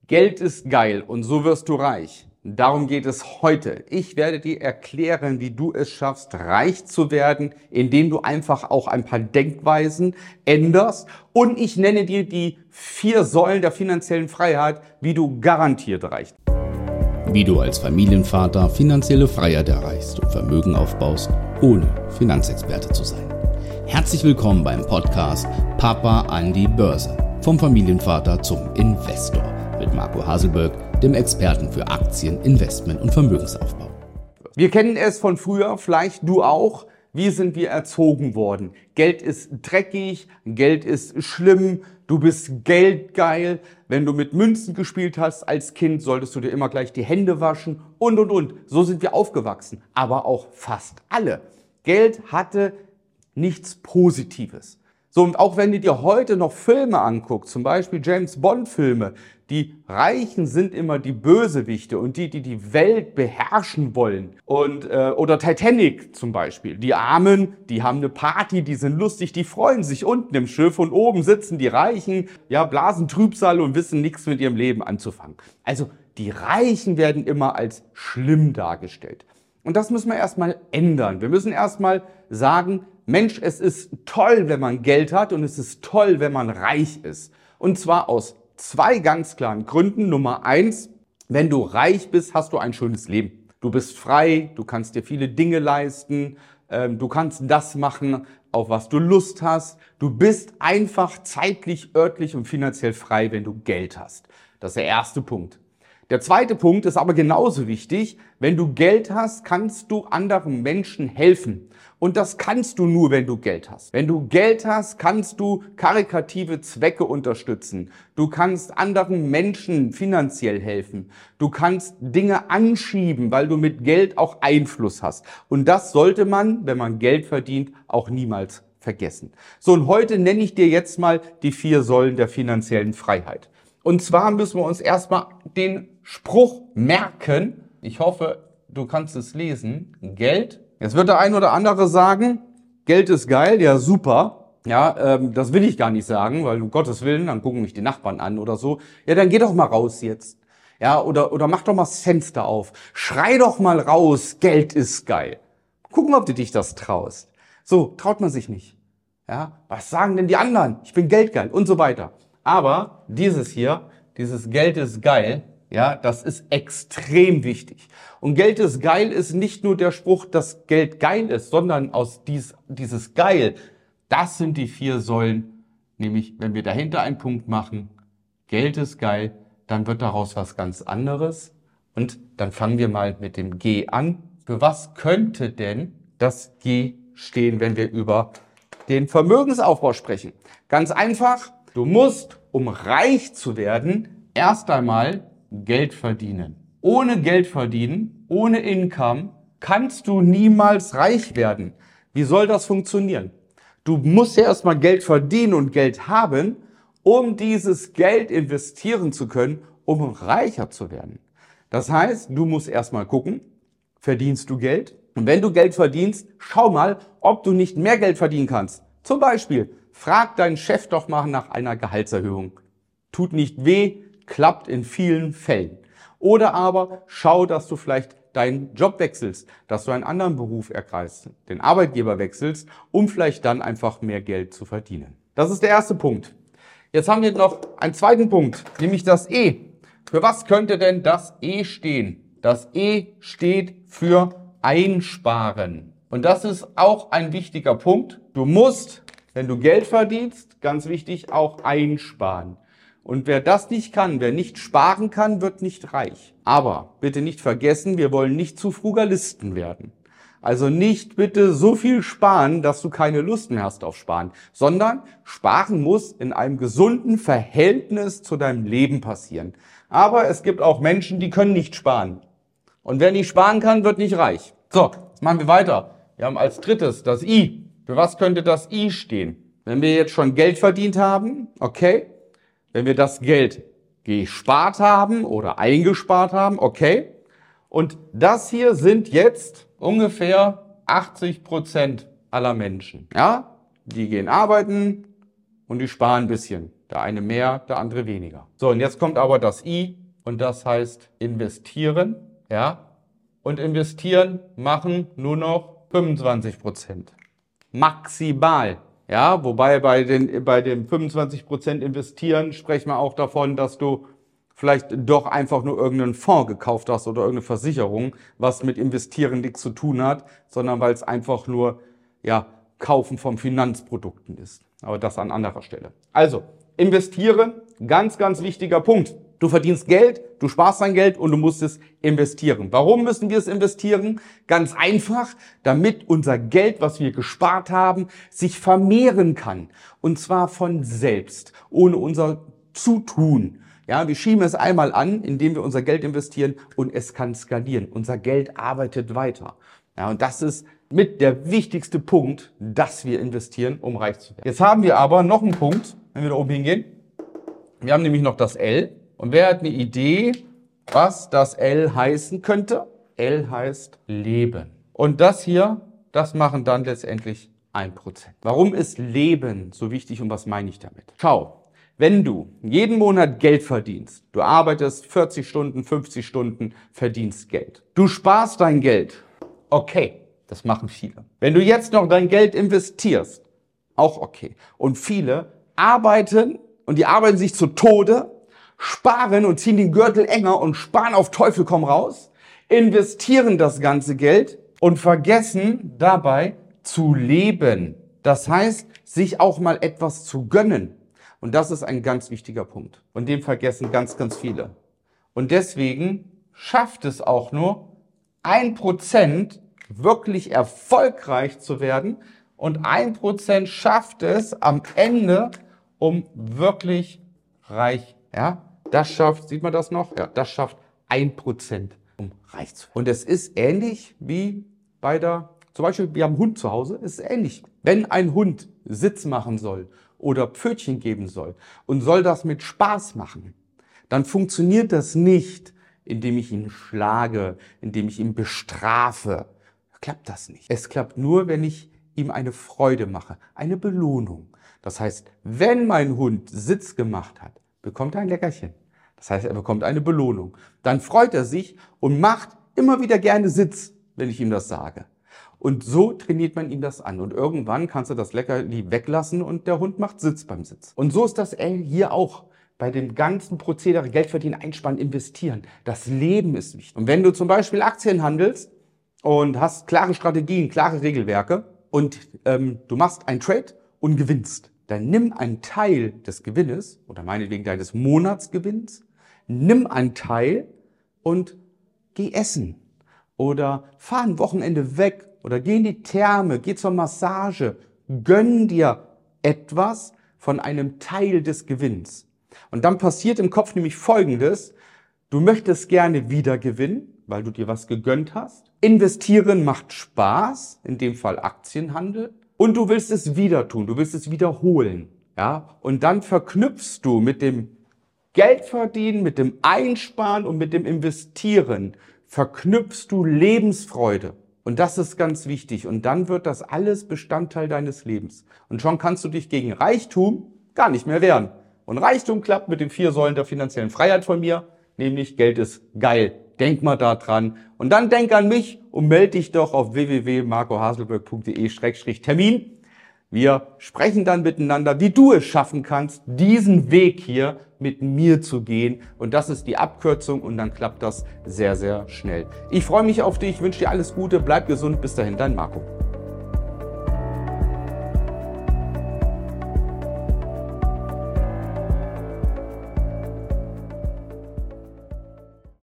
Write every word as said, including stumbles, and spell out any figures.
Geld ist geil und so wirst du reich. Darum geht es heute. Ich werde dir erklären, wie du es schaffst, reich zu werden, indem du einfach auch ein paar Denkweisen änderst. Und ich nenne dir die vier Säulen der finanziellen Freiheit, wie du garantiert reich. Wie du als Familienvater finanzielle Freiheit erreichst und Vermögen aufbaust, ohne Finanzexperte zu sein. Herzlich willkommen beim Podcast Papa an die Börse. Vom Familienvater zum Investor mit Marco Haselberg, dem Experten für Aktien, Investment und Vermögensaufbau. Wir kennen es von früher, vielleicht du auch. Wie sind wir erzogen worden? Geld ist dreckig, Geld ist schlimm, du bist geldgeil. Wenn du mit Münzen gespielt hast als Kind, solltest du dir immer gleich die Hände waschen und, und, und. So sind wir aufgewachsen, aber auch fast alle. Geld hatte nichts Positives. So, und auch wenn du dir heute noch Filme anguckst, zum Beispiel James-Bond-Filme, die Reichen sind immer die Bösewichte und die, die die Welt beherrschen wollen. Und, äh, oder Titanic zum Beispiel. Die Armen, die haben eine Party, die sind lustig, die freuen sich unten im Schiff und oben sitzen die Reichen, ja, blasen Trübsal und wissen nichts mit ihrem Leben anzufangen. Also die Reichen werden immer als schlimm dargestellt. Und das müssen wir erstmal ändern. Wir müssen erstmal sagen, Mensch, es ist toll, wenn man Geld hat und es ist toll, wenn man reich ist. Und zwar aus zwei ganz klaren Gründen. Nummer eins, wenn du reich bist, hast du ein schönes Leben. Du bist frei, du kannst dir viele Dinge leisten, ähm, du kannst das machen, auf was du Lust hast. Du bist einfach zeitlich, örtlich und finanziell frei, wenn du Geld hast. Das ist der erste Punkt. Der zweite Punkt ist aber genauso wichtig. Wenn du Geld hast, kannst du anderen Menschen helfen. Und das kannst du nur, wenn du Geld hast. Wenn du Geld hast, kannst du karitative Zwecke unterstützen. Du kannst anderen Menschen finanziell helfen. Du kannst Dinge anschieben, weil du mit Geld auch Einfluss hast. Und das sollte man, wenn man Geld verdient, auch niemals vergessen. So, und heute nenne ich dir jetzt mal die vier Säulen der finanziellen Freiheit. Und zwar müssen wir uns erstmal den Spruch merken. Ich hoffe, du kannst es lesen. Geld. Jetzt wird der ein oder andere sagen, Geld ist geil, ja super. Ja, ähm, das will ich gar nicht sagen, weil um Gottes Willen, dann gucken mich die Nachbarn an oder so. Ja, dann geh doch mal raus jetzt. Ja, oder, oder mach doch mal das Fenster auf. Schrei doch mal raus, Geld ist geil. Gucken, ob du dich das traust. So, traut man sich nicht. Ja, was sagen denn die anderen? Ich bin geldgeil und so weiter. Aber dieses hier, dieses Geld ist geil, ja, das ist extrem wichtig. Und Geld ist geil ist nicht nur der Spruch, dass Geld geil ist, sondern aus dies, dieses Geil, das sind die vier Säulen. Nämlich, wenn wir dahinter einen Punkt machen, Geld ist geil, dann wird daraus was ganz anderes. Und dann fangen wir mal mit dem G an. Für was könnte denn das G stehen, wenn wir über den Vermögensaufbau sprechen? Ganz einfach. Du musst, um reich zu werden, erst einmal Geld verdienen. Ohne Geld verdienen, ohne Income, kannst du niemals reich werden. Wie soll das funktionieren? Du musst ja erstmal Geld verdienen und Geld haben, um dieses Geld investieren zu können, um reicher zu werden. Das heißt, du musst erstmal gucken, verdienst du Geld? Und wenn du Geld verdienst, schau mal, ob du nicht mehr Geld verdienen kannst. Zum Beispiel, frag deinen Chef doch mal nach einer Gehaltserhöhung. Tut nicht weh, klappt in vielen Fällen. Oder aber schau, dass du vielleicht deinen Job wechselst, dass du einen anderen Beruf ergreifst, den Arbeitgeber wechselst, um vielleicht dann einfach mehr Geld zu verdienen. Das ist der erste Punkt. Jetzt haben wir noch einen zweiten Punkt, nämlich das E. Für was könnte denn das E stehen? Das E steht für Einsparen. Und das ist auch ein wichtiger Punkt. Du musst, wenn du Geld verdienst, ganz wichtig, auch einsparen. Und wer das nicht kann, wer nicht sparen kann, wird nicht reich. Aber bitte nicht vergessen, wir wollen nicht zu Frugalisten werden. Also nicht bitte so viel sparen, dass du keine Lust mehr hast auf Sparen, sondern Sparen muss in einem gesunden Verhältnis zu deinem Leben passieren. Aber es gibt auch Menschen, die können nicht sparen. Und wer nicht sparen kann, wird nicht reich. So, jetzt machen wir weiter. Wir haben als drittes das I. Für was könnte das I stehen? Wenn wir jetzt schon Geld verdient haben, okay. Wenn wir das Geld gespart haben oder eingespart haben, okay. Und das hier sind jetzt ungefähr achtzig Prozent aller Menschen. Ja, die gehen arbeiten und die sparen ein bisschen. Der eine mehr, der andere weniger. So, und jetzt kommt aber das I. und das heißt investieren, ja. Und investieren machen nur noch fünfundzwanzig Prozent. Maximal. Ja, wobei bei, den, bei dem fünfundzwanzig Prozent investieren sprechen wir auch davon, dass du vielleicht doch einfach nur irgendeinen Fonds gekauft hast oder irgendeine Versicherung, was mit Investieren nichts zu tun hat, sondern weil es einfach nur ja, Kaufen von Finanzprodukten ist. Aber das an anderer Stelle. Also, investieren, ganz, ganz wichtiger Punkt. Du verdienst Geld, du sparst dein Geld und du musst es investieren. Warum müssen wir es investieren? Ganz einfach, damit unser Geld, was wir gespart haben, sich vermehren kann. Und zwar von selbst, ohne unser Zutun. Ja, wir schieben es einmal an, indem wir unser Geld investieren und es kann skalieren. Unser Geld arbeitet weiter. Ja, und das ist mit der wichtigste Punkt, dass wir investieren, um reich zu werden. Jetzt haben wir aber noch einen Punkt, wenn wir da oben hingehen. Wir haben nämlich noch das L. Und wer hat eine Idee, was das L heißen könnte? L heißt Leben. Und das hier, das machen dann letztendlich ein Prozent. Warum ist Leben so wichtig und was meine ich damit? Schau, wenn du jeden Monat Geld verdienst, du arbeitest vierzig Stunden, fünfzig Stunden, verdienst Geld. Du sparst dein Geld. Okay, das machen viele. Wenn du jetzt noch dein Geld investierst, auch okay. Und viele arbeiten und die arbeiten sich zu Tode, sparen und ziehen den Gürtel enger und sparen auf Teufel komm raus, investieren das ganze Geld und vergessen dabei zu leben. Das heißt, sich auch mal etwas zu gönnen. Und das ist ein ganz wichtiger Punkt. Und den vergessen ganz, ganz viele. Und deswegen schafft es auch nur ein Prozent wirklich erfolgreich zu werden und ein Prozent schafft es am Ende, um wirklich reich, ja, das schafft, sieht man das noch? Ja, das schafft ein Prozent, um reich zu werden. Und es ist ähnlich wie bei der, zum Beispiel, wir haben einen Hund zu Hause, es ist ähnlich. Wenn ein Hund Sitz machen soll oder Pfötchen geben soll und soll das mit Spaß machen, dann funktioniert das nicht, indem ich ihn schlage, indem ich ihn bestrafe. Klappt das nicht. Es klappt nur, wenn ich ihm eine Freude mache, eine Belohnung. Das heißt, wenn mein Hund Sitz gemacht hat, bekommt er ein Leckerchen. Das heißt, er bekommt eine Belohnung. Dann freut er sich und macht immer wieder gerne Sitz, wenn ich ihm das sage. Und so trainiert man ihm das an. Und irgendwann kannst du das Leckerli weglassen und der Hund macht Sitz beim Sitz. Und so ist das hier auch bei dem ganzen Prozedere Geld verdienen, einsparen, investieren. Das Leben ist wichtig. Und wenn du zum Beispiel Aktien handelst und hast klare Strategien, klare Regelwerke und ähm, du machst einen Trade und gewinnst, dann nimm einen Teil des Gewinnes oder meinetwegen deines Monatsgewinns, nimm einen Teil und geh essen oder fahr ein Wochenende weg oder geh in die Therme, geh zur Massage, gönn dir etwas von einem Teil des Gewinns. Und dann passiert im Kopf nämlich Folgendes: Du möchtest gerne wieder gewinnen, weil du dir was gegönnt hast. Investieren macht Spaß, in dem Fall Aktienhandel. Und du willst es wieder tun, du willst es wiederholen. Ja? Und dann verknüpfst du mit dem Geldverdienen, mit dem Einsparen und mit dem Investieren, verknüpfst du Lebensfreude. Und das ist ganz wichtig. Und dann wird das alles Bestandteil deines Lebens. Und schon kannst du dich gegen Reichtum gar nicht mehr wehren. Und Reichtum klappt mit den vier Säulen der finanziellen Freiheit von mir, nämlich Geld ist geil. Denk mal da dran. Und dann denk an mich und melde dich doch auf w w w punkt marco haselberg punkt de Schrägstrich Termin. Wir sprechen dann miteinander, wie du es schaffen kannst, diesen Weg hier mit mir zu gehen. Und das ist die Abkürzung und dann klappt das sehr, sehr schnell. Ich freue mich auf dich, wünsche dir alles Gute, bleib gesund. Bis dahin, dein Marco.